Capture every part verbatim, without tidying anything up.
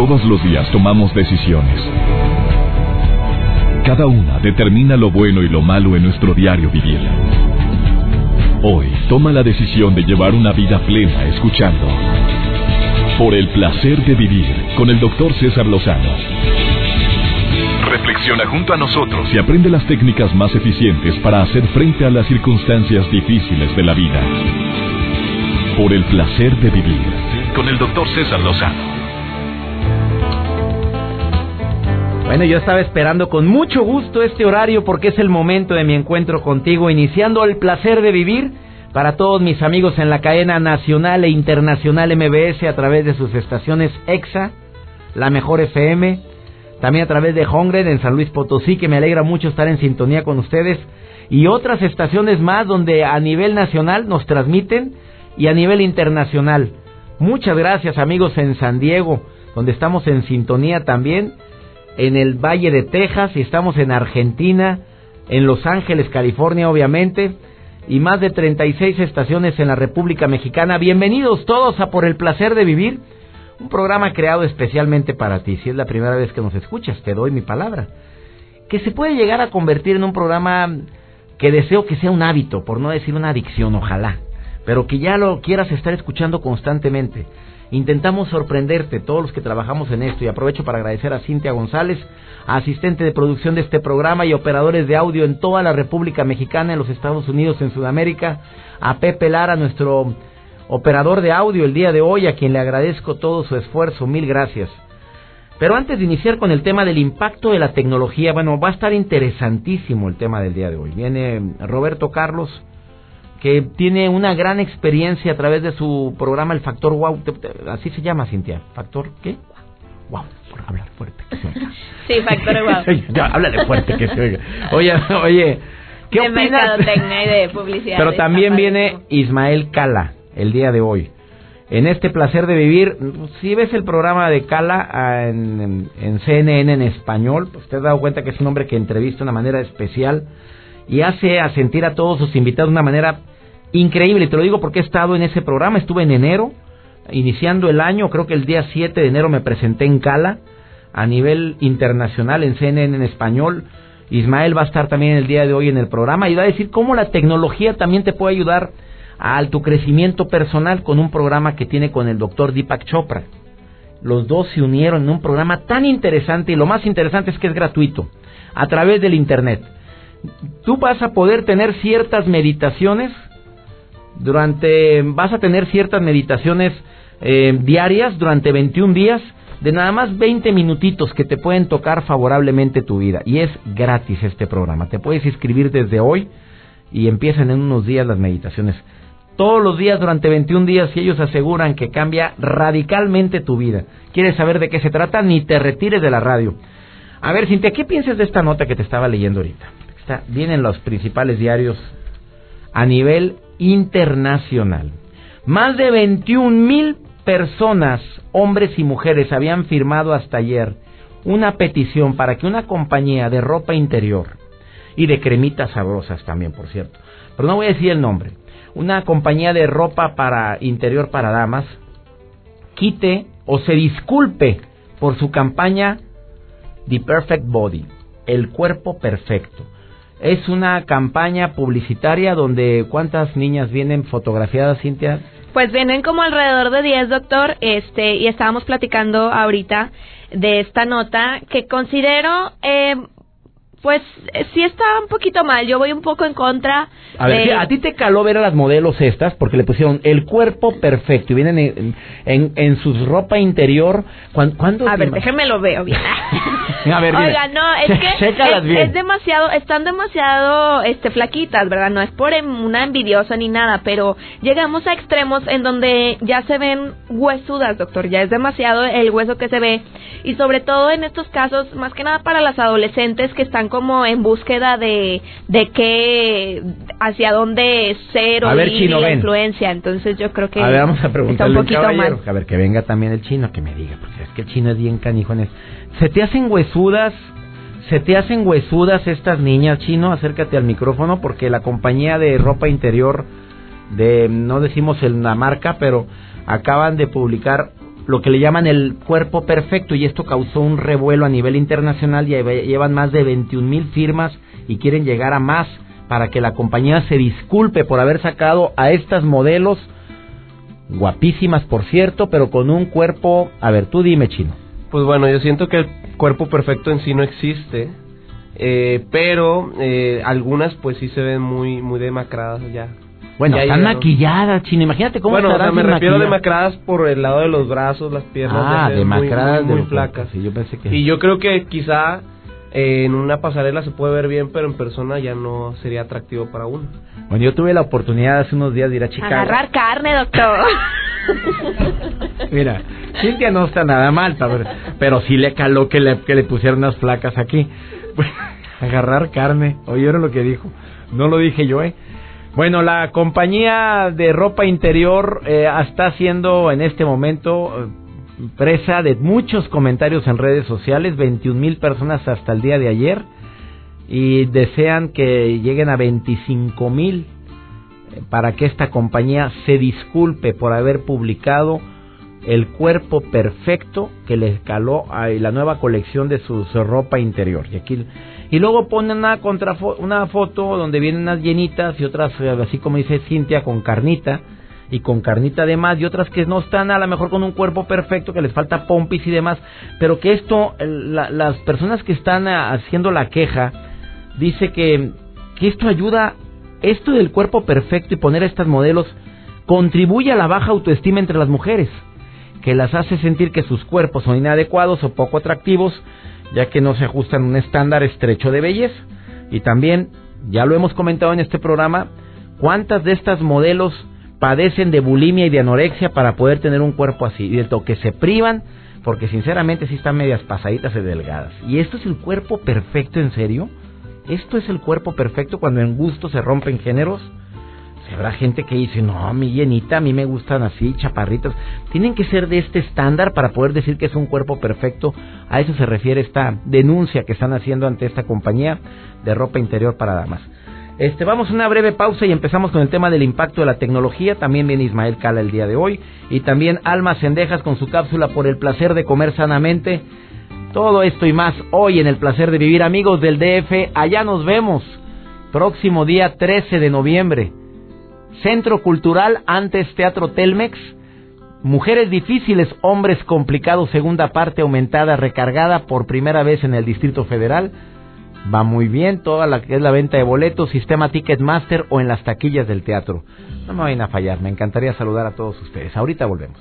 Todos los días tomamos decisiones. Cada una determina lo bueno y lo malo en nuestro diario vivir. Hoy toma la decisión de llevar una vida plena escuchando Por el placer de vivir con el doctor César Lozano. Reflexiona junto a nosotros y aprende las técnicas más eficientes para hacer frente a las circunstancias difíciles de la vida. Por el placer de vivir con el doctor César Lozano. Bueno, yo estaba esperando con mucho gusto este horario porque es el momento de mi encuentro contigo, iniciando el placer de vivir para todos mis amigos en la cadena nacional e internacional M B S a través de sus estaciones EXA, La Mejor F M, también a través de Hongren en San Luis Potosí, que me alegra mucho estar en sintonía con ustedes, y otras estaciones más donde a nivel nacional nos transmiten y a nivel internacional. Muchas gracias, amigos en San Diego, donde estamos en sintonía también, en el Valle de Texas, y estamos en Argentina, en Los Ángeles, California, obviamente, y más de treinta y seis estaciones en la República Mexicana. Bienvenidos todos a Por el Placer de Vivir, un programa creado especialmente para ti. Si es la primera vez que nos escuchas, te doy mi palabra, que se puede llegar a convertir en un programa que deseo que sea un hábito, por no decir una adicción, ojalá, pero que ya lo quieras estar escuchando constantemente. Intentamos sorprenderte, todos los que trabajamos en esto, y aprovecho para agradecer a Cintia González, asistente de producción de este programa, y operadores de audio en toda la República Mexicana, en los Estados Unidos, en Sudamérica, a Pepe Lara, nuestro operador de audio el día de hoy, a quien le agradezco todo su esfuerzo, mil gracias. Pero antes de iniciar con el tema del impacto de la tecnología, bueno, va a estar interesantísimo el tema del día de hoy. Viene Roberto Carlos, que tiene una gran experiencia a través de su programa El Factor Wow, así se llama, Cintia, ¿Factor qué? Wow, por hablar fuerte que se oiga. Sí, Factor Wow. Ya, háblale fuerte que se oiga. Oye, oye, ¿qué de opinas? De mercadotecnia y de publicidad. Pero también viene Ismael Cala el día de hoy. En este placer de vivir, si ves el programa de Cala en, en, en C N N en español, pues te has dado cuenta que es un hombre que entrevista de una manera especial y hace a sentir a todos sus invitados de una manera increíble. Te lo digo porque he estado en ese programa, estuve en enero, iniciando el año, creo que el día siete de enero me presenté en Cala, a nivel internacional en C N N en español. Ismael va a estar también el día de hoy en el programa y va a decir cómo la tecnología también te puede ayudar a tu crecimiento personal con un programa que tiene con el doctor Deepak Chopra. Los dos se unieron en un programa tan interesante, y lo más interesante es que es gratuito, a través del internet. Tú vas a poder tener ciertas meditaciones durante, vas a tener ciertas meditaciones eh, diarias durante veintiún días, de nada más veinte minutitos que te pueden tocar favorablemente tu vida, y es gratis este programa. Te puedes inscribir desde hoy y empiezan en unos días las meditaciones. Todos los días durante veintiún días, y ellos aseguran que cambia radicalmente tu vida. ¿Quieres saber de qué se trata? Ni te retires de la radio. A ver, Cintia, ¿qué piensas de esta nota que te estaba leyendo ahorita? Está, vienen los principales diarios a nivel internacional. Más de veintiún mil personas, hombres y mujeres, habían firmado hasta ayer una petición para que una compañía de ropa interior y de cremitas sabrosas también, por cierto, pero no voy a decir el nombre, una compañía de ropa para interior para damas, quite o se disculpe por su campaña The Perfect Body, el cuerpo perfecto. Es una campaña publicitaria donde ¿cuántas niñas vienen fotografiadas, Cintia? Pues vienen como alrededor de diez, doctor, este, y estábamos platicando ahorita de esta nota que considero, eh, pues, sí está un poquito mal. Yo voy un poco en contra. A ver, de... ¿a ti te caló ver a las modelos estas? Porque le pusieron el cuerpo perfecto y vienen en, en, en su ropa interior. ¿Cuándo, ¿cuándo a ver, te... déjenme lo veo bien. A ver, oiga, no, es que es, es demasiado, están demasiado este flaquitas, ¿verdad? No es por una envidiosa ni nada, pero llegamos a extremos en donde ya se ven huesudas, doctor. Ya es demasiado el hueso que se ve, y sobre todo en estos casos, más que nada para las adolescentes que están como en búsqueda de de qué, hacia dónde ser o ir y la influencia. Entonces yo creo que a ver, vamos a preguntarle está un poquito mal. A ver, que venga también el chino, que me diga, porque es que el chino es bien canijones. ¿Se te hacen huesudas? ¿Se te hacen huesudas estas niñas, chino? Acércate al micrófono, porque la compañía de ropa interior de, no decimos la marca, pero acaban de publicar lo que le llaman el cuerpo perfecto, y esto causó un revuelo a nivel internacional. Ya llevan más de veintiún mil firmas y quieren llegar a más para que la compañía se disculpe por haber sacado a estas modelos, guapísimas por cierto, pero con un cuerpo... A ver, tú dime, Chino. Pues bueno, yo siento que el cuerpo perfecto en sí no existe, eh, pero eh, algunas pues sí se ven muy muy demacradas ya. Bueno, ya están llegaron. maquilladas, Chino, imagínate cómo bueno, estarán. Bueno, o sea, me refiero a maquilladas. demacradas por el lado de los brazos, las piernas. Ah, demacradas, muy, muy, muy de flacas. Sí, yo pensé que... Y yo creo que quizá eh, en una pasarela se puede ver bien, pero en persona ya no sería atractivo para uno. Bueno, yo tuve la oportunidad hace unos días de ir a Chicago. Agarrar carne, doctor. Mira, Cintia no está nada mal, pero, pero sí le caló que le, que le pusieran unas placas aquí. Agarrar carne, oyeron lo que dijo. No lo dije yo, ¿eh? Bueno, la compañía de ropa interior eh, está siendo en este momento eh, presa de muchos comentarios en redes sociales, veintiún mil personas hasta el día de ayer, y desean que lleguen a veinticinco mil para que esta compañía se disculpe por haber publicado el cuerpo perfecto que les caló a la nueva colección de su, su ropa interior. Y aquí y luego ponen una contrafo, una foto donde vienen unas llenitas y otras, así como dice Cintia, con carnita y con carnita además, y otras que no están a lo mejor con un cuerpo perfecto, que les falta pompis y demás, pero que esto, la, las personas que están haciendo la queja, dice que, que esto ayuda, esto del cuerpo perfecto y poner estas modelos contribuye a la baja autoestima entre las mujeres, que las hace sentir que sus cuerpos son inadecuados o poco atractivos, ya que no se ajustan a un estándar estrecho de belleza. Y también, ya lo hemos comentado en este programa, cuántas de estas modelos padecen de bulimia y de anorexia para poder tener un cuerpo así, y de lo que se privan, porque sinceramente sí están medias pasaditas y delgadas. ¿Y esto es el cuerpo perfecto en serio? ¿Esto es el cuerpo perfecto cuando en gusto se rompen géneros? Habrá gente que dice, no, mi llenita, a mí me gustan así, chaparritas. Tienen que ser de este estándar para poder decir que es un cuerpo perfecto. A eso se refiere esta denuncia que están haciendo ante esta compañía de ropa interior para damas. Este, vamos a una breve pausa y empezamos con el tema del impacto de la tecnología. También viene Ismael Cala el día de hoy. Y también Alma Cendejas con su cápsula por el placer de comer sanamente. Todo esto y más hoy en el placer de vivir, amigos del D F. Allá nos vemos. Próximo día trece de noviembre. Centro Cultural, antes Teatro Telmex. Mujeres difíciles, hombres complicados, segunda parte aumentada, recargada por primera vez en el Distrito Federal. Va muy bien toda la que es la venta de boletos, sistema Ticketmaster o en las taquillas del teatro. No me vayan a fallar, me encantaría saludar a todos ustedes. Ahorita volvemos.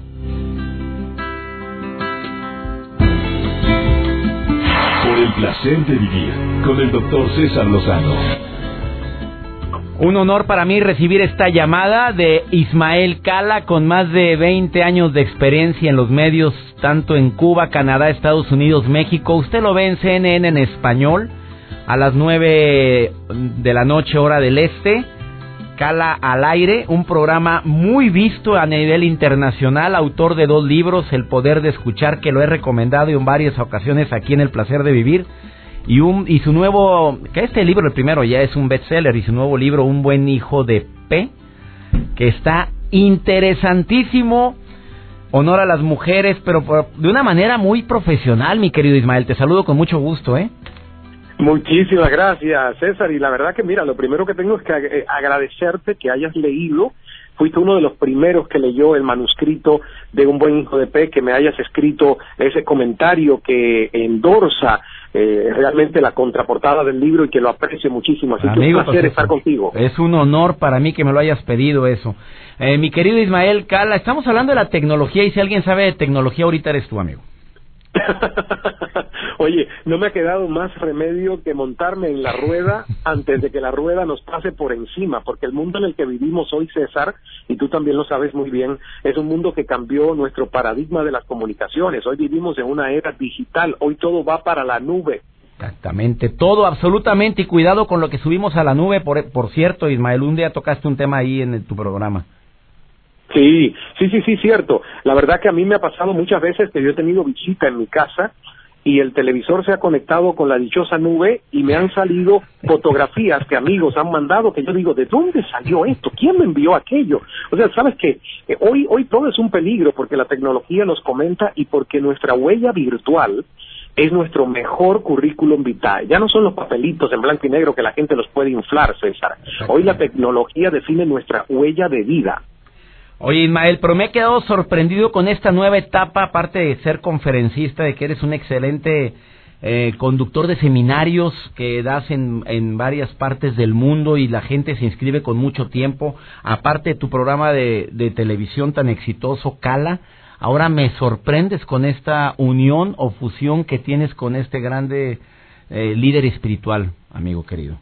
Por el placer de vivir con el doctor César Lozano. Un honor para mí recibir esta llamada de Ismael Cala, con más de veinte años de experiencia en los medios, tanto en Cuba, Canadá, Estados Unidos, México. Usted lo ve en C N N en español, a las nueve de la noche, hora del este. Cala al aire, un programa muy visto a nivel internacional, autor de dos libros, El poder de escuchar, que lo he recomendado en varias ocasiones aquí en El placer de vivir. Y un y su nuevo, que este libro, el primero, ya es un bestseller, y su nuevo libro, Un buen hijo de P, que está interesantísimo. Honor a las mujeres, pero por, de una manera muy profesional, mi querido Ismael. Te saludo con mucho gusto, ¿eh? Muchísimas gracias, César. Y la verdad que, mira, lo primero que tengo es que eh, agradecerte que hayas leído. Fuiste uno de los primeros que leyó el manuscrito de Un buen hijo de P, que me hayas escrito ese comentario que endorsa eh, realmente la contraportada del libro y que lo aprecio muchísimo. Así Amigo, que es un placer pues estar contigo. Es un honor para mí que me lo hayas pedido eso. Eh, mi querido Ismael Cala, estamos hablando de la tecnología y si alguien sabe de tecnología ahorita eres tú, amigo. Oye, no me ha quedado más remedio que montarme en la rueda antes de que la rueda nos pase por encima, porque el mundo en el que vivimos hoy, César, y tú también lo sabes muy bien, es un mundo que cambió nuestro paradigma de las comunicaciones. Hoy vivimos en una era digital, hoy todo va para la nube. Exactamente, todo, absolutamente, y cuidado con lo que subimos a la nube. Por, por cierto, Ismael, un día tocaste un tema ahí en el, tu programa. Sí, sí, sí, sí, cierto. La verdad que a mí me ha pasado muchas veces que yo he tenido visita en mi casa y el televisor se ha conectado con la dichosa nube y me han salido fotografías que amigos han mandado que yo digo, ¿de dónde salió esto? ¿Quién me envió aquello? O sea, ¿sabes qué? Eh, hoy, hoy todo es un peligro porque la tecnología nos comenta y porque nuestra huella virtual es nuestro mejor currículum vitae. Ya no son los papelitos en blanco y negro que la gente los puede inflar, César. Hoy la tecnología define nuestra huella de vida. Oye, Ismael, pero me he quedado sorprendido con esta nueva etapa, aparte de ser conferencista, de que eres un excelente eh, conductor de seminarios que das en, en varias partes del mundo y la gente se inscribe con mucho tiempo, aparte de tu programa de, de televisión tan exitoso, Cala. Ahora me sorprendes con esta unión o fusión que tienes con este grande eh, líder espiritual, amigo querido.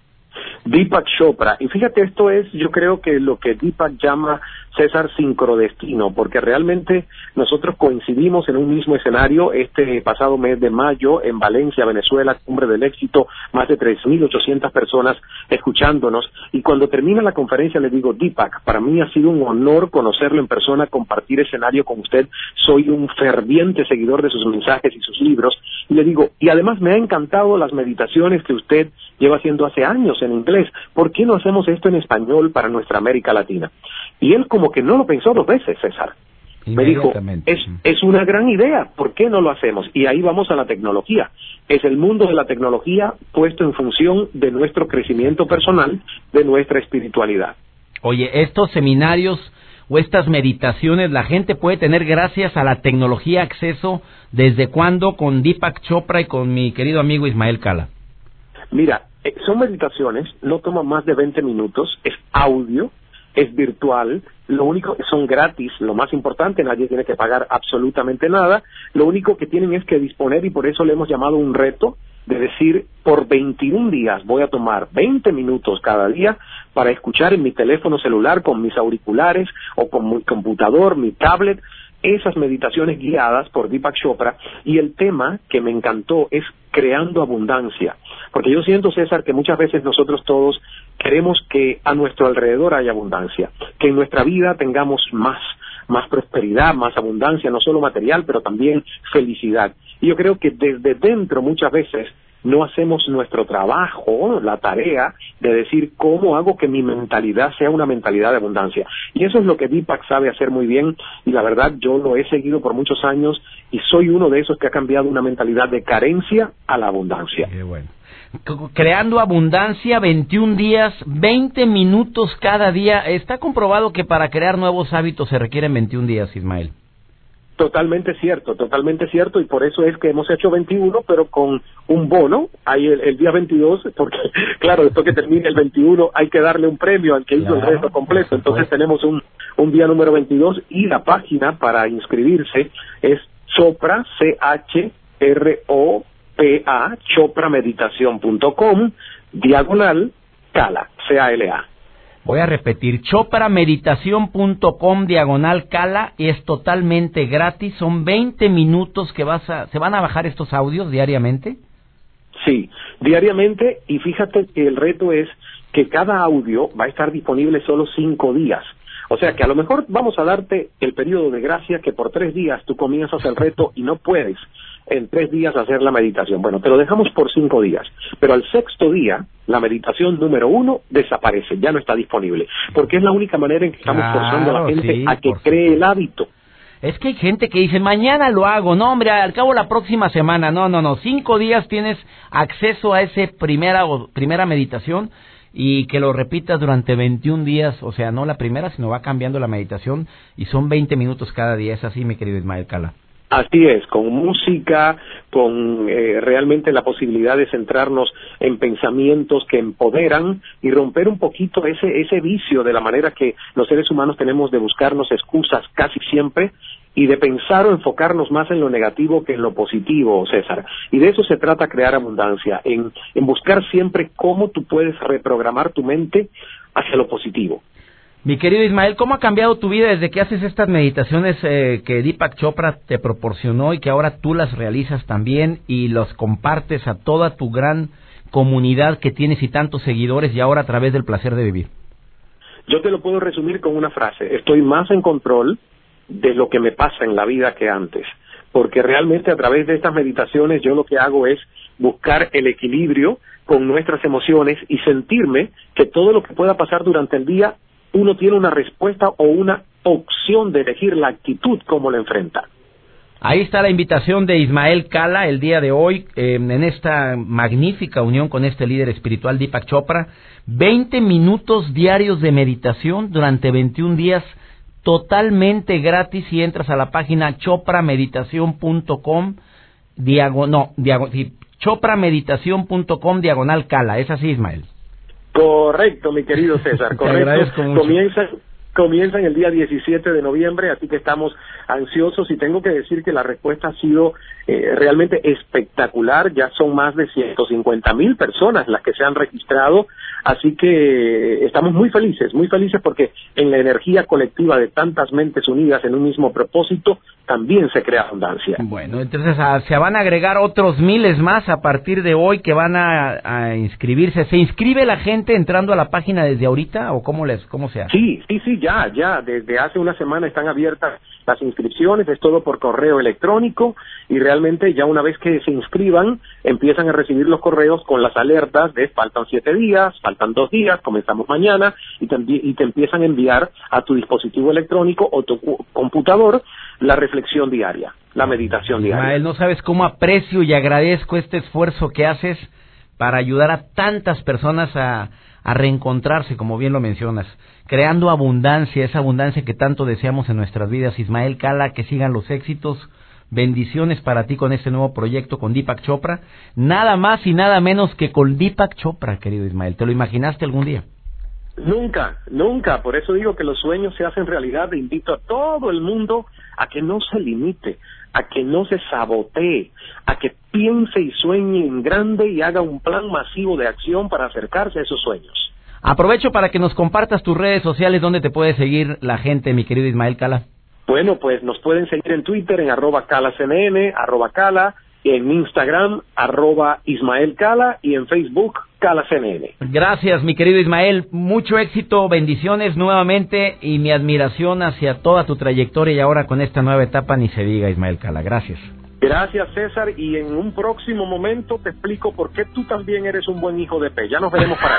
Deepak Chopra. Y fíjate, esto es, yo creo que lo que Deepak llama, César, sincrodestino, porque realmente nosotros coincidimos en un mismo escenario este pasado mes de mayo en Valencia, Venezuela, Cumbre del Éxito, más de tres mil ochocientas personas escuchándonos, y cuando termina la conferencia le digo, Deepak, para mí ha sido un honor conocerlo en persona, compartir escenario con usted, soy un ferviente seguidor de sus mensajes y sus libros, y le digo, y además me ha encantado las meditaciones que usted lleva haciendo hace años en inglés, ¿por qué no hacemos esto en español para nuestra América Latina? Y él como que no lo pensó dos veces, César. Me dijo, es, es una gran idea, ¿por qué no lo hacemos? Y ahí vamos a la tecnología. Es el mundo de la tecnología puesto en función de nuestro crecimiento personal, de nuestra espiritualidad. Oye, estos seminarios o estas meditaciones la gente puede tener gracias a la tecnología acceso, ¿desde cuándo? Con Deepak Chopra y con mi querido amigo Ismael Cala. Mira, eh, son meditaciones, no toman más de veinte minutos, es audio, es virtual, lo único que son gratis, lo más importante, nadie tiene que pagar absolutamente nada, lo único que tienen es que disponer, y por eso le hemos llamado un reto, de decir, por veintiún días voy a tomar veinte minutos cada día para escuchar en mi teléfono celular, con mis auriculares, o con mi computador, mi tablet, esas meditaciones guiadas por Deepak Chopra, y el tema que me encantó es creando abundancia, porque yo siento, César, que muchas veces nosotros todos queremos que a nuestro alrededor haya abundancia, que en nuestra vida tengamos más, más prosperidad, más abundancia, no solo material, pero también felicidad. Y yo creo que desde dentro muchas veces no hacemos nuestro trabajo, la tarea de decir cómo hago que mi mentalidad sea una mentalidad de abundancia. Y eso es lo que Deepak sabe hacer muy bien, y la verdad yo lo he seguido por muchos años y soy uno de esos que ha cambiado una mentalidad de carencia a la abundancia. Qué bueno. Creando abundancia, veintiún días, veinte minutos cada día. Está comprobado que para crear nuevos hábitos se requieren veintiún días, Ismael. Totalmente cierto, totalmente cierto, y por eso es que hemos hecho veintiuno, pero con un bono, hay el, el día veintidós, porque claro, después que termine el veintiuno hay que darle un premio al que hizo claro, el resto completo, entonces tenemos un, un día número veintidós, y la página para inscribirse es Chopra, C H R O P A, choprameditación punto com, diagonal, Cala, C A L A. Voy a repetir, choprameditación punto com, diagonal Cala, y es totalmente gratis, son veinte minutos que vas a, ¿se van a bajar estos audios diariamente? Sí, diariamente, y fíjate que el reto es que cada audio va a estar disponible solo cinco días. O sea que a lo mejor vamos a darte el periodo de gracia que por tres días tú comienzas el reto y no puedes en tres días hacer la meditación. Bueno, te lo dejamos por cinco días, pero al sexto día la meditación número uno desaparece, ya no está disponible, porque es la única manera en que estamos claro, forzando a la gente sí, a que cree el hábito. Es que hay gente que dice, mañana lo hago, no hombre, al cabo la próxima semana, no, no, no, cinco días tienes acceso a esa primera, primera meditación, y que lo repitas durante veintiún días, o sea, no la primera, sino va cambiando la meditación, y son veinte minutos cada día, es así, mi querido Ismael Cala. Así es, con música, con eh, realmente la posibilidad de centrarnos en pensamientos que empoderan y romper un poquito ese ese vicio de la manera que los seres humanos tenemos de buscarnos excusas casi siempre y de pensar o enfocarnos más en lo negativo que en lo positivo, César. Y de eso se trata crear abundancia, en, en buscar siempre cómo tú puedes reprogramar tu mente hacia lo positivo. Mi querido Ismael, ¿cómo ha cambiado tu vida desde que haces estas meditaciones eh, que Deepak Chopra te proporcionó y que ahora tú las realizas también y los compartes a toda tu gran comunidad que tienes y tantos seguidores y ahora a través del placer de vivir? Yo te lo puedo resumir con una frase: estoy más en control de lo que me pasa en la vida que antes, porque realmente a través de estas meditaciones yo lo que hago es buscar el equilibrio con nuestras emociones y sentirme que todo lo que pueda pasar durante el día, uno tiene una respuesta o una opción de elegir la actitud como lo enfrenta. Ahí está la invitación de Ismael Cala el día de hoy, eh, en esta magnífica unión con este líder espiritual Deepak Chopra. veinte minutos diarios de meditación durante veintiún días, totalmente gratis, si entras a la página choprameditación punto com, diagonal, no, diagonal, sí, choprameditación punto com, diagonal Cala. ¿Es así, Ismael? Correcto, mi querido César, correcto. Te agradezco mucho. Comienza... Comienzan el día diecisiete de noviembre, así que estamos ansiosos y tengo que decir que la respuesta ha sido eh, realmente espectacular. Ya son más de ciento cincuenta mil personas las que se han registrado, así que estamos muy felices, muy felices porque en la energía colectiva de tantas mentes unidas en un mismo propósito también se crea abundancia. Bueno, entonces a, se van a agregar otros miles más a partir de hoy que van a, a inscribirse. ¿Se inscribe la gente entrando a la página desde ahorita o cómo les cómo se hace? Sí, sí, sí. Ya, ya, desde hace una semana están abiertas las inscripciones, es todo por correo electrónico y realmente ya una vez que se inscriban empiezan a recibir los correos con las alertas de faltan siete días, faltan dos días, comenzamos mañana y te, y te empiezan a enviar a tu dispositivo electrónico o tu computador la reflexión diaria, la meditación diaria. Ismael, no sabes cómo aprecio y agradezco este esfuerzo que haces para ayudar a tantas personas a, a reencontrarse, como bien lo mencionas, creando abundancia, esa abundancia que tanto deseamos en nuestras vidas. Ismael Cala, que sigan los éxitos, bendiciones para ti con este nuevo proyecto con Deepak Chopra, nada más y nada menos que con Deepak Chopra, querido Ismael. ¿Te lo imaginaste algún día? Nunca, nunca, por eso digo que los sueños se hacen realidad. E invito a todo el mundo a que no se limite, a que no se sabotee, a que piense y sueñe en grande y haga un plan masivo de acción para acercarse a esos sueños. Aprovecho para que nos compartas tus redes sociales donde te puede seguir la gente, mi querido Ismael Cala. Bueno, pues nos pueden seguir en Twitter en arroba calacnn, arroba cala, en Instagram arroba Ismael Cala y en Facebook calacnn. Gracias, mi querido Ismael, mucho éxito, bendiciones nuevamente y mi admiración hacia toda tu trayectoria y ahora con esta nueva etapa ni se diga, Ismael Cala. Gracias. Gracias, César, y en un próximo momento te explico por qué tú también eres un buen hijo de P. Ya nos veremos para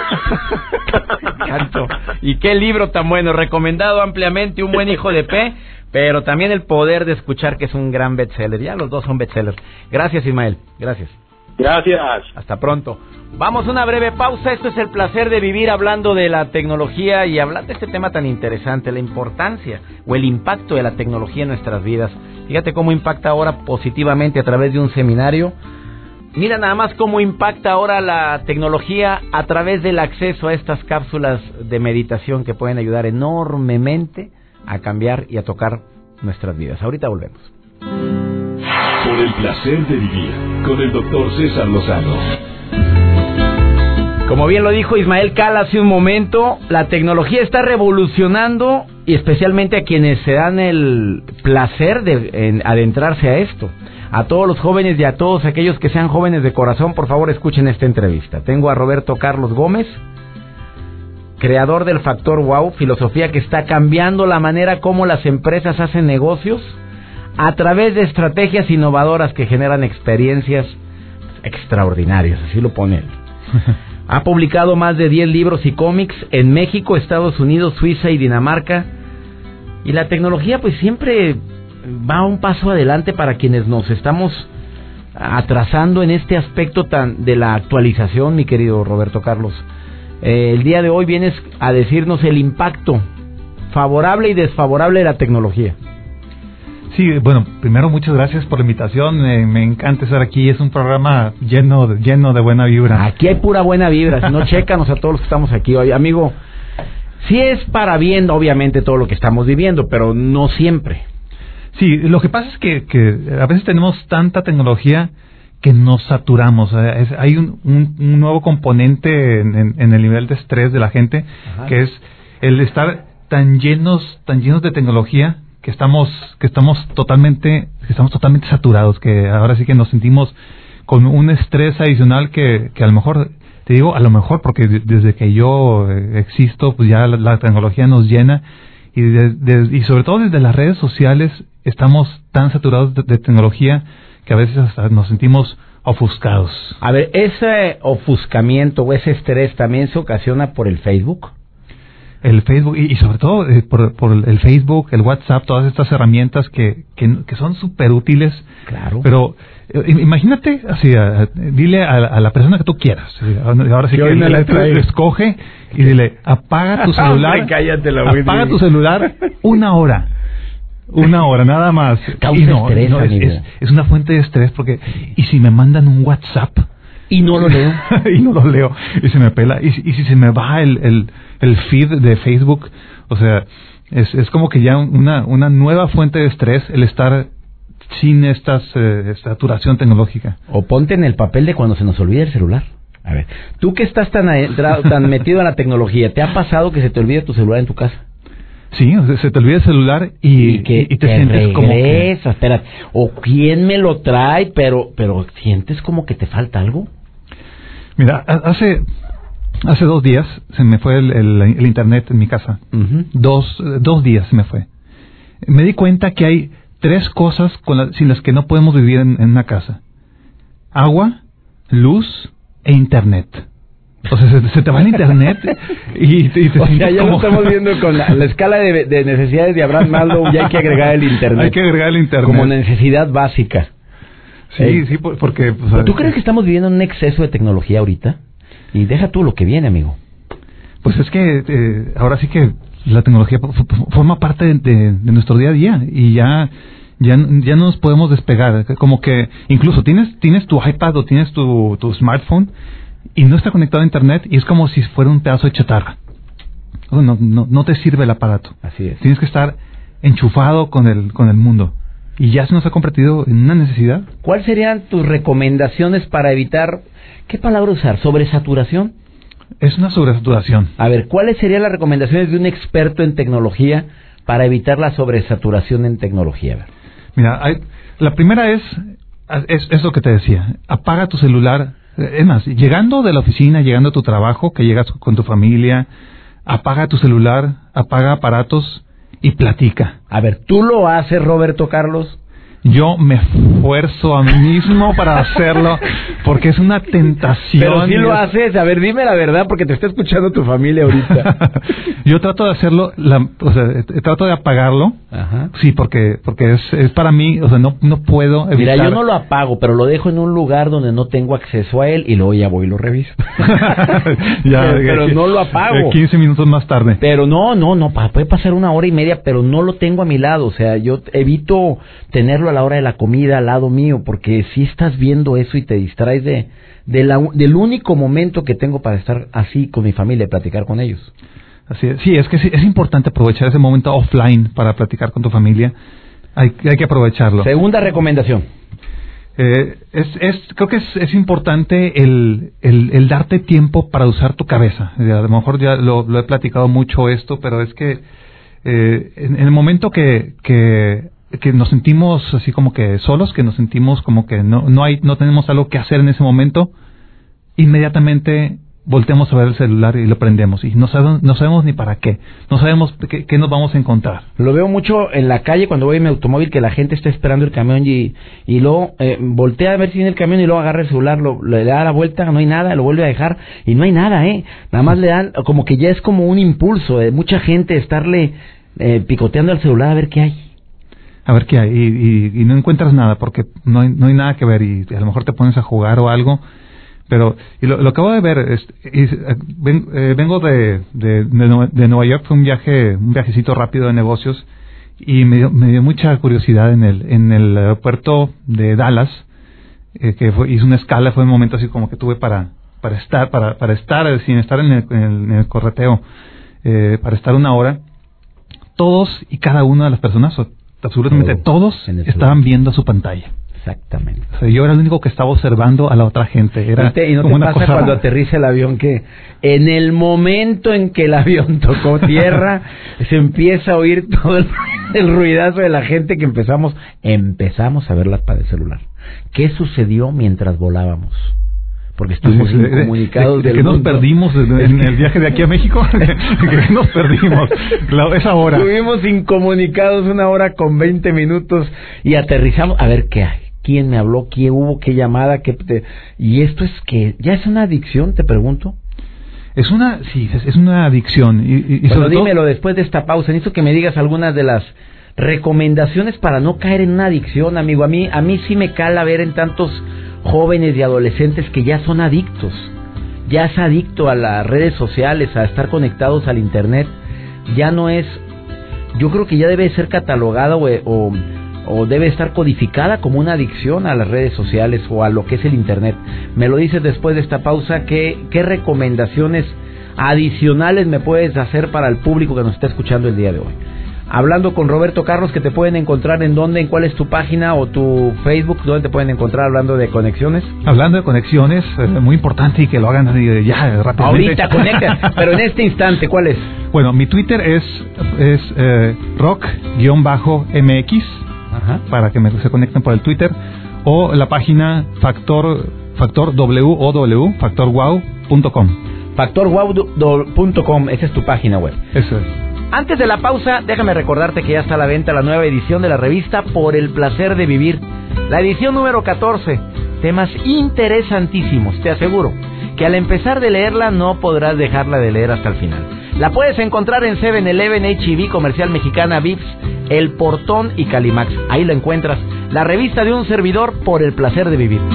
eso. Canto. Y qué libro tan bueno, recomendado ampliamente, Un buen hijo de P, pero también el poder de escuchar, que es un gran bestseller. Ya los dos son bestsellers. Gracias, Ismael. Gracias. Gracias. Hasta pronto. Vamos a una breve pausa. Esto es El placer de vivir, hablando de la tecnología y hablando de este tema tan interesante, la importancia o el impacto de la tecnología en nuestras vidas. Fíjate cómo impacta ahora positivamente a través de un seminario. Mira nada más cómo impacta ahora la tecnología a través del acceso a estas cápsulas de meditación que pueden ayudar enormemente a cambiar y a tocar nuestras vidas. Ahorita volvemos. Por el placer de vivir con el doctor César Lozano. Como bien lo dijo Ismael Cala hace un momento, la tecnología está revolucionando y especialmente a quienes se dan el placer de en, adentrarse a esto. A todos los jóvenes y a todos aquellos que sean jóvenes de corazón, por favor escuchen esta entrevista. Tengo a Roberto Carlos Gómez, creador del Factor Wow, filosofía que está cambiando la manera como las empresas hacen negocios a través de estrategias innovadoras que generan experiencias extraordinarias, así lo pone él. Ha publicado más de diez libros y cómics en México, Estados Unidos, Suiza y Dinamarca. Y la tecnología pues siempre va un paso adelante para quienes nos estamos atrasando en este aspecto tan de la actualización, mi querido Roberto Carlos. Eh, el día de hoy vienes a decirnos el impacto favorable y desfavorable de la tecnología. Sí, bueno, primero muchas gracias por la invitación, eh, me encanta estar aquí, es un programa lleno de, lleno de buena vibra. Aquí hay pura buena vibra, si no, chécanos a todos los que estamos aquí hoy. Amigo, sí es para bien, obviamente, todo lo que estamos viviendo, pero no siempre. Sí, lo que pasa es que, que a veces tenemos tanta tecnología que nos saturamos, eh, es, hay un, un, un nuevo componente en, en, en el nivel de estrés de la gente. Ajá. Que es el estar tan llenos, tan llenos de tecnología, que estamos que estamos totalmente que estamos totalmente saturados, que ahora sí que nos sentimos con un estrés adicional que, que a lo mejor, te digo a lo mejor porque desde que yo existo pues ya la, la tecnología nos llena y, de, de, y sobre todo desde las redes sociales estamos tan saturados de, de tecnología que a veces hasta nos sentimos ofuscados. A ver, ¿ese ofuscamiento o ese estrés también se ocasiona por el Facebook? El Facebook, y, y sobre todo eh, por, por el Facebook, el WhatsApp, todas estas herramientas que, que, que son súper útiles. Claro. Pero eh, imagínate, así, a, a, dile a, a la persona que tú quieras. Ahora sí que, que le, le escoge y dile, apaga tu celular. Hombre, cállate, la apaga tu celular una hora. Una hora, nada más. Causa y no, estrés, no, es, es, es una fuente de estrés porque, ¿y si me mandan un WhatsApp? Y no lo leo. y no lo leo. Y se me pela. Y, y si se me va el, el, el feed de Facebook, o sea, es, es como que ya una, una nueva fuente de estrés el estar sin esta eh, saturación tecnológica. O ponte en el papel de cuando se nos olvida el celular. A ver, tú que estás tan, adentrado, tan metido en la tecnología, ¿te ha pasado que se te olvide tu celular en tu casa? Sí, o sea, se te olvida el celular y, y, que y te, te sientes regresa, como que... espera, o quién me lo trae, pero pero sientes como que te falta algo. Mira, hace hace dos días se me fue el, el, el internet en mi casa. Uh-huh. Dos dos días se me fue. Me di cuenta que hay tres cosas con la, sin las que no podemos vivir en, en una casa: agua, luz e internet. O sea, se, se te va el internet y, y te o sientes sea, ya como... lo estamos viendo con la, la escala de, de necesidades de Abraham Maslow. Ya hay que agregar el internet. Hay que agregar el internet. Como necesidad básica. Sí, eh, sí, porque... Pues, ¿tú crees que estamos viviendo un exceso de tecnología ahorita? Y deja tú lo que viene, amigo. Pues es que eh, ahora sí que la tecnología forma parte de, de, de nuestro día a día y ya... Ya, ya no nos podemos despegar. Como que incluso tienes tienes tu iPad o tienes tu, tu smartphone y no está conectado a internet y es como si fuera un pedazo de chatarra. No, no, no te sirve el aparato. Así es. Tienes que estar enchufado con el con el mundo. Y ya se nos ha convertido en una necesidad. ¿Cuáles serían tus recomendaciones para evitar, qué palabra usar, sobresaturación? Es una sobresaturación. A ver, ¿cuáles serían las recomendaciones de un experto en tecnología para evitar la sobresaturación en tecnología? A ver. Mira, hay, la primera es, es, es lo que te decía, apaga tu celular. Es más, llegando de la oficina, llegando a tu trabajo, que llegas con tu familia, apaga tu celular, apaga aparatos y platica. A ver, ¿tú lo haces, Roberto Carlos? Yo me esfuerzo a mí mismo para hacerlo porque es una tentación. Pero si lo haces, a ver, dime la verdad porque te está escuchando tu familia ahorita. Yo trato de hacerlo, la, o sea, trato de apagarlo. Ajá. Sí, porque porque es, es para mí, o sea, no no puedo evitar. Mira, yo no lo apago, pero lo dejo en un lugar donde no tengo acceso a él y luego ya voy y lo reviso. ya, pero pero no lo apago. quince minutos más tarde. Pero no, no, no, puede pasar una hora y media, pero no lo tengo a mi lado, o sea, yo evito tenerlo a la hora de la comida al lado mío, porque si estás viendo eso y te distraes de, de la, del único momento que tengo para estar así con mi familia y platicar con ellos. Así es. Sí, es que sí, es importante aprovechar ese momento offline para platicar con tu familia. Hay, hay que aprovecharlo. Segunda recomendación. Eh, es, es, creo que es, es importante el, el, el darte tiempo para usar tu cabeza. A lo mejor ya lo, lo he platicado mucho esto, pero es que eh, en, en el momento que, que que nos sentimos así como que solos, que nos sentimos como que no no hay no tenemos algo que hacer en ese momento, inmediatamente volteamos a ver el celular y lo prendemos y no sabemos, no sabemos ni para qué, no sabemos qué, qué nos vamos a encontrar. Lo veo mucho en la calle cuando voy en mi automóvil, que la gente está esperando el camión y, y luego eh, voltea a ver si viene el camión y luego agarra el celular, lo, le da la vuelta, no hay nada, lo vuelve a dejar y no hay nada, eh nada más le dan, como que ya es como un impulso de mucha gente estarle eh, picoteando al celular a ver qué hay. A ver qué hay, y, y, y no encuentras nada, porque no hay, no hay nada que ver, y a lo mejor te pones a jugar o algo, pero y lo, lo acabo de ver, es, es, ven, eh, vengo de, de, de, de Nueva York, fue un viaje, un viajecito rápido de negocios, y me dio, me dio mucha curiosidad en el, en el aeropuerto de Dallas, eh, que fue, hice una escala, fue un momento así como que tuve para, para estar, para, para estar, eh, sin estar en el, en el, en el correteo, eh, para estar una hora. Todos y cada una de las personas, absolutamente Todo todos estaban viendo su pantalla. Exactamente. O sea, yo era el único que estaba observando a la otra gente. Era y, te, y no como te una pasa cosa cuando rara. aterriza el avión que en el momento en que el avión tocó tierra se empieza a oír todo el, el ruidazo de la gente que empezamos empezamos a ver la para el celular. ¿Qué sucedió mientras volábamos? porque estuvimos sí, sí, incomunicados. De, de, de que nos perdimos en, en el viaje de aquí a México, que nos perdimos, la, esa hora. Estuvimos incomunicados una hora con veinte minutos y aterrizamos, a ver qué hay. ¿Quién me habló? ¿Qué hubo? ¿Qué llamada? ¿Qué te... Y esto es que, ¿ya es una adicción, te pregunto? Es una, sí, es, es una adicción. Y, y, y bueno, sobre dímelo todo... después de esta pausa. Necesito que me digas algunas de las recomendaciones para no caer en una adicción, amigo. A mí, a mí sí me cala ver en tantos jóvenes y adolescentes que ya son adictos. Ya es adicto a las redes sociales, a estar conectados al internet. Ya no es... Yo creo que ya debe ser catalogada o... o o debe estar codificada como una adicción a las redes sociales o a lo que es el internet. Me lo dices después de esta pausa. ¿Qué, qué recomendaciones adicionales me puedes hacer para el público que nos está escuchando el día de hoy? Hablando con Roberto Carlos, que te pueden encontrar en dónde, en cuál es tu página o tu Facebook, dónde te pueden encontrar hablando de conexiones. Hablando de conexiones, es muy importante y que lo hagan ya rápidamente. Ahorita conecta, pero en este instante, ¿cuál es? Bueno, mi Twitter es, es eh, rock-M X. Ajá. Para que me, se conecten por el Twitter, o la página factor factor w factor wow punto com. factor wow punto com, esa es tu página web. Eso es. Antes de la pausa, déjame recordarte que ya está a la venta la nueva edición de la revista Por el Placer de Vivir, la edición número catorce. Temas interesantísimos, te aseguro que al empezar de leerla no podrás dejarla de leer hasta el final. La puedes encontrar en seven eleven, H E B, Comercial Mexicana, Vips, El Portón y Calimax. Ahí la encuentras. La revista de un servidor, Por el Placer de Vivir.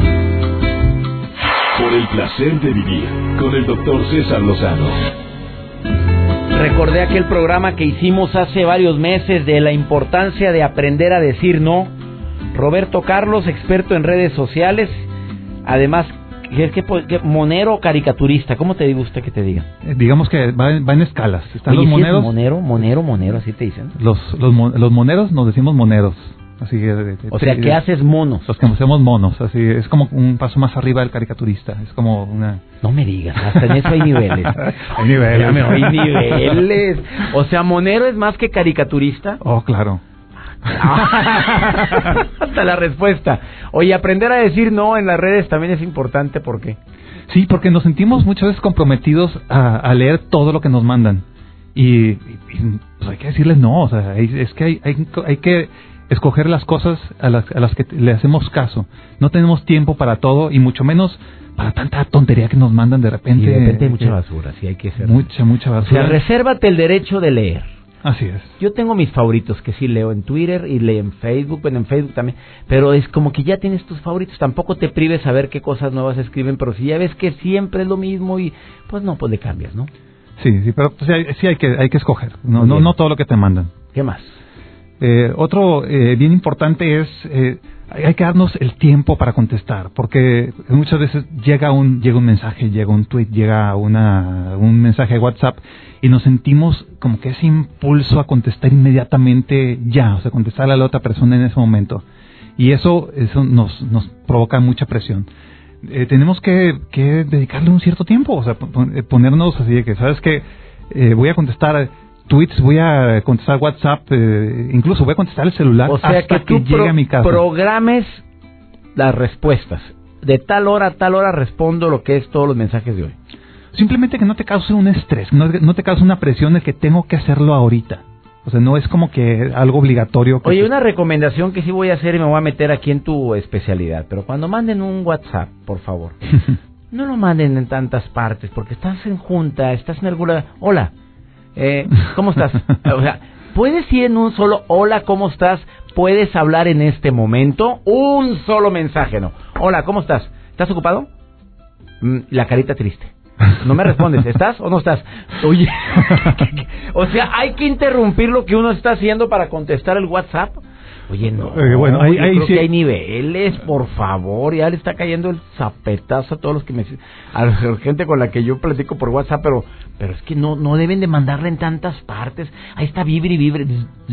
Por el Placer de Vivir, con el doctor César Lozano. Recordé aquel programa que hicimos hace varios meses de la importancia de aprender a decir no. Roberto Carlos, experto en redes sociales, además... ¿Qué, qué, qué, monero o caricaturista? ¿Cómo te gusta que te diga? Eh, digamos que va, va en escalas. Están Oye, los moneros. ¿sí es monero, monero, monero, así te dicen? Los, los, los moneros nos decimos moneros. Así que, de, de, o sea, ¿qué haces monos? Los que hacemos monos. Así es como un paso más arriba del caricaturista. Es como una. No me digas, hasta en eso hay niveles. Hay niveles. Ya, hay niveles. O sea, monero es más que caricaturista. Oh, claro. Hasta la respuesta. Oye, aprender a decir no en las redes también es importante. ¿Por qué? Sí, porque nos sentimos muchas veces comprometidos a, a leer todo lo que nos mandan y, y pues hay que decirles no. O sea, es que hay, hay, hay que escoger las cosas a las, a las que le hacemos caso. No tenemos tiempo para todo y mucho menos para tanta tontería que nos mandan de repente. Y de repente hay mucha basura, sí, hay que ser. Mucha, mucha basura. O sea, resérvate el derecho de leer. Así es. Yo tengo mis favoritos que sí leo en Twitter y leo en Facebook, bueno, en Facebook también, pero es como que ya tienes tus favoritos, tampoco te prives a ver qué cosas nuevas escriben, pero si ya ves que siempre es lo mismo y pues no, pues le cambias, ¿no? Sí, sí, pero pues, sí hay que hay que escoger, no no, no todo lo que te mandan. ¿Qué más? Eh, otro eh, bien importante es eh, hay que darnos el tiempo para contestar, porque muchas veces llega un llega un mensaje, llega un tweet, llega una un mensaje de WhatsApp y nos sentimos como que ese impulso a contestar inmediatamente ya, o sea, contestarle a la otra persona en ese momento. Y eso eso nos nos provoca mucha presión. Eh, tenemos que, que dedicarle un cierto tiempo, o sea, ponernos así de que, ¿sabes qué? Eh, voy a contestar tweets, voy a contestar WhatsApp, eh, incluso voy a contestar el celular o sea, hasta que, tú que llegue pro- a mi casa. Programes las respuestas. De tal hora a tal hora respondo lo que es todos los mensajes de hoy. Simplemente que no te cause un estrés, no, no te cause una presión de que tengo que hacerlo ahorita. O sea, no es como que algo obligatorio. Que Oye, te... una recomendación que sí voy a hacer y me voy a meter aquí en tu especialidad, pero cuando manden un WhatsApp, por favor, no lo manden en tantas partes, porque estás en junta, estás en alguna... Hola, eh, ¿cómo estás? O sea, puedes ir en un solo hola, ¿cómo estás? Puedes hablar en este momento, un solo mensaje, ¿no? Hola, ¿cómo estás? ¿Estás ocupado? Mm, la carita triste. No me respondes, ¿estás o no estás? Oye, o sea, hay que interrumpir lo que uno está haciendo para contestar el WhatsApp. Oye, no, eh, bueno, ahí, yo ahí creo sí. que hay niveles, por favor, ya le está cayendo el zapetazo a todos los que me... a la gente con la que yo platico por WhatsApp, pero pero es que no no deben de mandarle en tantas partes. Ahí está vibre y vibre.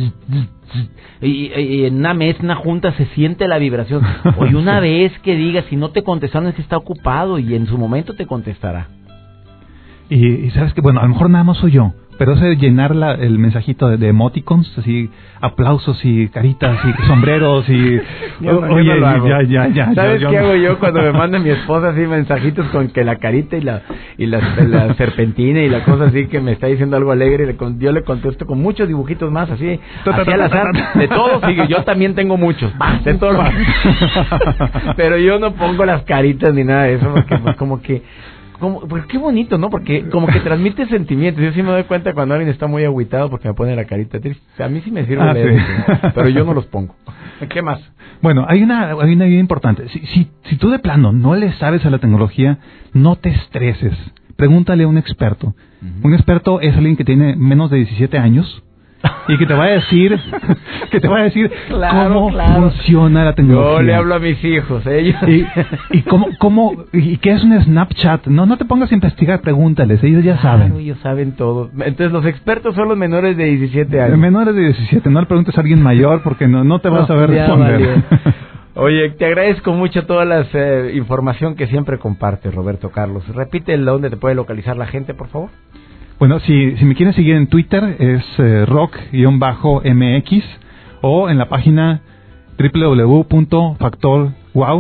Y, y, y en una mesa, una junta, se siente la vibración. Oye, una vez que diga, si no te contestaron es que está ocupado y en su momento te contestará. Y, y sabes que, bueno, a lo mejor nada más soy yo, pero ese de llenar la, el mensajito de, de emoticons, así, aplausos y caritas y sombreros y... yo, oye, yo no lo hago. ya, ya, ya. ¿Sabes yo, qué yo hago no. yo cuando me manda mi esposa así mensajitos con que la carita y la y la, la serpentina y la cosa así que me está diciendo algo alegre? Le con, yo le contesto con muchos dibujitos más así, así al azar, de todo, sigue. Yo también tengo muchos, de todo. Pero yo no pongo las caritas ni nada de eso, porque pues como que... Como, pues qué bonito, ¿no? Porque como que transmite sentimientos. Yo sí me doy cuenta cuando alguien está muy agüitado porque me pone la carita triste. O sea, a mí sí me sirve ah, leer sí. eso, pero yo no los pongo. ¿Qué más? Bueno, hay una hay una idea importante. Si, si, si tú de plano no le sabes a la tecnología, no te estreses. Pregúntale a un experto. Uh-huh. Un experto es alguien que tiene menos de diecisiete años y que te va a decir que te va a decir claro, cómo claro. funciona la tecnología. Yo le hablo a mis hijos, ellos y, y cómo cómo y qué es un Snapchat. No no te pongas a investigar, pregúntales, ellos ya claro, saben. Ellos saben todo. Entonces los expertos son los menores de diecisiete años. Menores de diecisiete, no le preguntes a alguien mayor porque no no te vas no, a saber responder. Oye, te agradezco mucho toda la eh, información que siempre compartes, Roberto Carlos. Repite dónde te puede localizar la gente, por favor. Bueno, si, si me quieren seguir en Twitter es eh, rock-M X o en la página doble u doble u doble u punto factor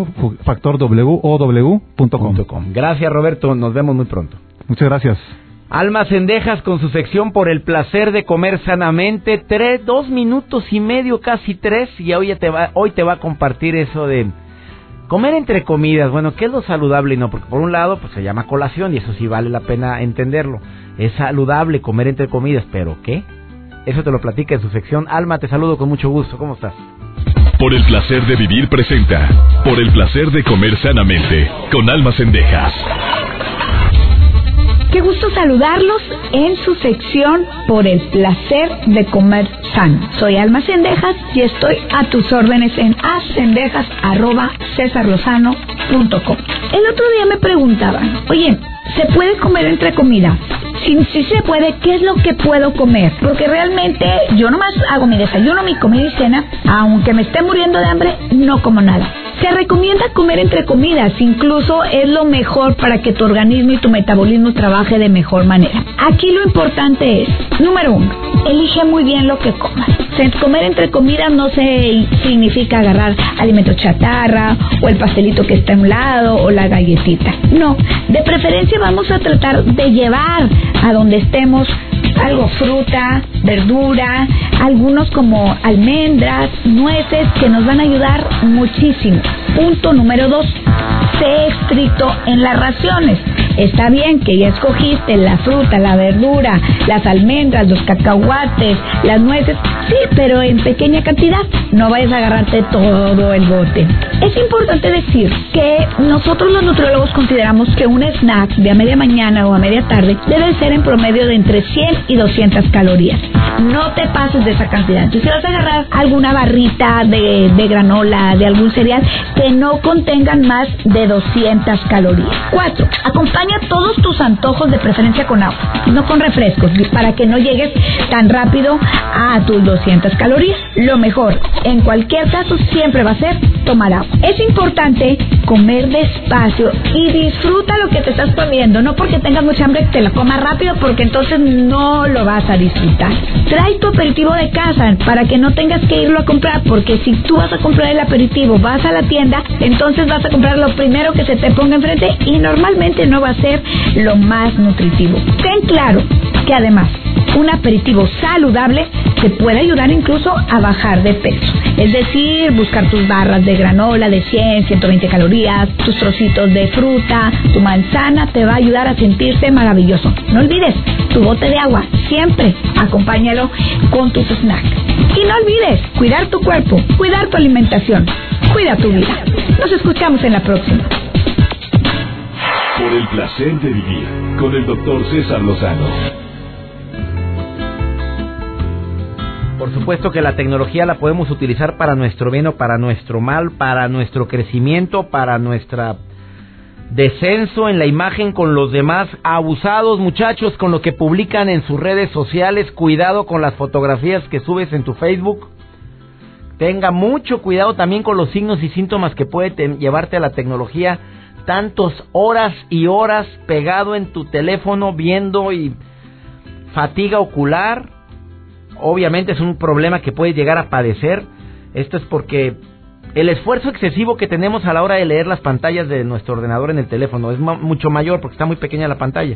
w punto com. Gracias, Roberto. Nos vemos muy pronto. Muchas gracias. Almas Cendejas con su sección por el placer de comer sanamente. Tres, dos minutos y medio, casi tres. Y hoy te va, hoy te va a compartir eso de comer entre comidas. Bueno, ¿qué es lo saludable y no? Porque por un lado, pues se llama colación y eso sí vale la pena entenderlo. Es saludable comer entre comidas, ¿pero qué? Eso te lo platica en su sección. Alma, te saludo con mucho gusto. ¿Cómo estás? Por el placer de vivir presenta Por el placer de comer sanamente con Alma Cendejas. Qué gusto saludarlos en su sección Por el placer de comer sano. Soy Alma Cendejas y estoy a tus órdenes en acendejas arroba cesar lozano punto com. El otro día me preguntaban, oye, ¿se puede comer entre comidas? Si, si se puede, ¿qué es lo que puedo comer? Porque realmente yo nomás hago mi desayuno, mi comida y cena, aunque me esté muriendo de hambre, no como nada. Se recomienda comer entre comidas, incluso es lo mejor para que tu organismo y tu metabolismo trabaje de mejor manera. Aquí lo importante es, número uno, elige muy bien lo que comas. Comer entre comidas no se significa agarrar alimentos chatarra o el pastelito que está a un lado o la galletita. No, de preferencia vamos a tratar de llevar a donde estemos algo, fruta, verdura, algunos como almendras, nueces que nos van a ayudar muchísimo. Punto número dos, sé estricto en las raciones. Está bien que ya escogiste la fruta, la verdura, las almendras, los cacahuates, las nueces, sí, pero en pequeña cantidad. No vayas a agarrarte todo el bote. Es importante decir que nosotros los nutriólogos consideramos que un snack de a media mañana o a media tarde debe ser en promedio de entre cien y doscientas calorías. No te pases de esa cantidad. Entonces, si vas a agarrar alguna barrita de, de granola, de algún cereal, que no contengan más de doscientas calorías. Cuatro, acompaña todos tus antojos de preferencia con agua, no con refrescos, para que no llegues tan rápido a tus doscientas calorías. Lo mejor, en cualquier caso, siempre va a ser tomar agua. Es importante comer despacio y disfruta lo que te estás comiendo, no porque tengas mucha hambre que te la comas rápido, porque entonces no lo vas a disfrutar. Trae tu aperitivo de casa para que no tengas que irlo a comprar, porque si tú vas a comprar el aperitivo, vas a la tienda, entonces vas a comprar lo primero que se te ponga enfrente y normalmente no va a ser lo más nutritivo. Ten claro que además un aperitivo saludable te puede ayudar incluso a bajar de peso. Es decir, buscar tus barras de granola de cien, ciento veinte calorías, tus trocitos de fruta, tu manzana te va a ayudar a sentirte maravilloso. No olvides tu bote de agua, siempre acompáñalo con tus snacks. Y no olvides cuidar tu cuerpo, cuidar tu alimentación, cuida tu vida. Nos escuchamos en la próxima. Por el placer de vivir con el doctor César Lozano. Por supuesto que la tecnología la podemos utilizar para nuestro bien o para nuestro mal, para nuestro crecimiento, para nuestra descenso en la imagen con los demás. Abusados, muchachos, con lo que publican en sus redes sociales. Cuidado con las fotografías que subes en tu Facebook. Tenga mucho cuidado también con los signos y síntomas que puede te- llevarte a la tecnología. Tantas horas y horas pegado en tu teléfono viendo y fatiga ocular, obviamente es un problema que puede llegar a padecer. Esto es porque el esfuerzo excesivo que tenemos a la hora de leer las pantallas de nuestro ordenador en el teléfono es ma- mucho mayor porque está muy pequeña la pantalla.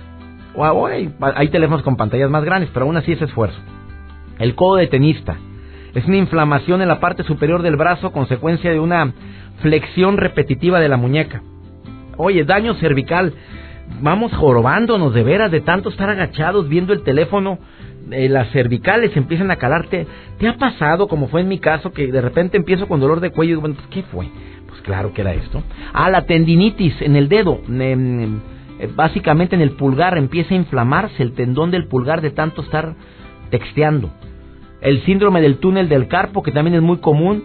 O ahora hay, hay teléfonos con pantallas más grandes, pero aún así es esfuerzo. El codo de tenista es una inflamación en la parte superior del brazo, consecuencia de una flexión repetitiva de la muñeca. Oye, daño cervical. Vamos jorobándonos de veras de tanto estar agachados viendo el teléfono. Eh, las cervicales empiezan a calarte. ¿Te ha pasado, como fue en mi caso, que de repente empiezo con dolor de cuello y digo, bueno, pues, ¿qué fue? Pues claro que era esto. Ah, la tendinitis en el dedo. Eh, eh, básicamente en el pulgar empieza a inflamarse el tendón del pulgar de tanto estar texteando. El síndrome del túnel del carpo, que también es muy común.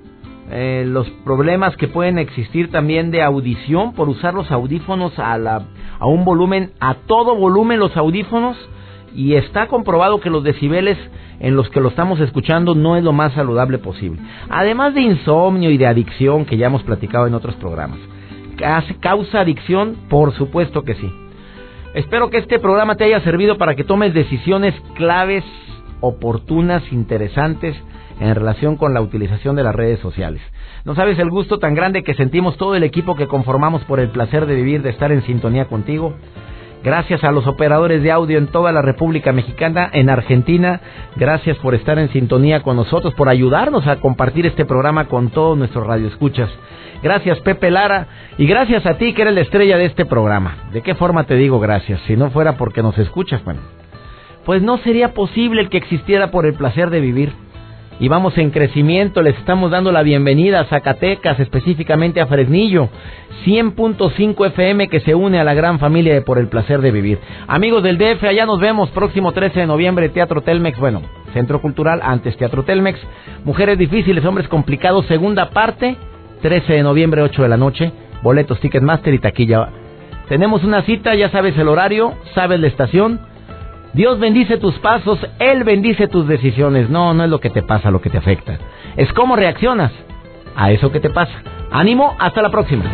Eh, los problemas que pueden existir también de audición por usar los audífonos a, la, a un volumen, a todo volumen los audífonos, y está comprobado que los decibeles en los que lo estamos escuchando no es lo más saludable posible. Además de insomnio y de adicción, que ya hemos platicado en otros programas. ¿Causa adicción? Por supuesto que sí. Espero que este programa te haya servido para que tomes decisiones claves, oportunas, interesantes en relación con la utilización de las redes sociales. No sabes el gusto tan grande que sentimos todo el equipo que conformamos por el placer de vivir, de estar en sintonía contigo. Gracias a los operadores de audio en toda la República Mexicana, en Argentina. Gracias por estar en sintonía con nosotros, por ayudarnos a compartir este programa con todos nuestros radioescuchas. Gracias, Pepe Lara, y gracias a ti que eres la estrella de este programa. ¿De qué forma te digo gracias? Si no fuera porque nos escuchas, bueno, pues no sería posible el que existiera por el placer de vivir. Y vamos en crecimiento, les estamos dando la bienvenida a Zacatecas, específicamente a Fresnillo, cien punto cinco F M, que se une a la gran familia de Por el Placer de Vivir. Amigos del D F, allá nos vemos próximo trece de noviembre, Teatro Telmex, bueno, Centro Cultural, antes Teatro Telmex. Mujeres difíciles, hombres complicados, segunda parte, trece de noviembre, ocho de la noche, boletos, Ticketmaster y taquilla. Tenemos una cita, ya sabes el horario, sabes la estación. Dios bendice tus pasos, Él bendice tus decisiones. No, no es lo que te pasa lo que te afecta. Es cómo reaccionas a eso que te pasa. Ánimo, hasta la próxima.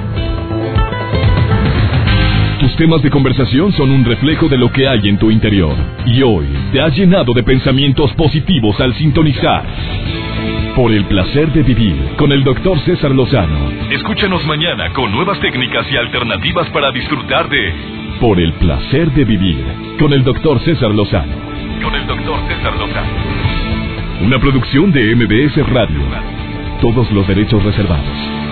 Tus temas de conversación son un reflejo de lo que hay en tu interior. Y hoy te has llenado de pensamientos positivos al sintonizar Por el Placer de Vivir con el doctor César Lozano. Escúchanos mañana con nuevas técnicas y alternativas para disfrutar de Por el Placer de Vivir con el doctor César Lozano. Con el doctor César Lozano. Una producción de M B S Radio. Todos los derechos reservados.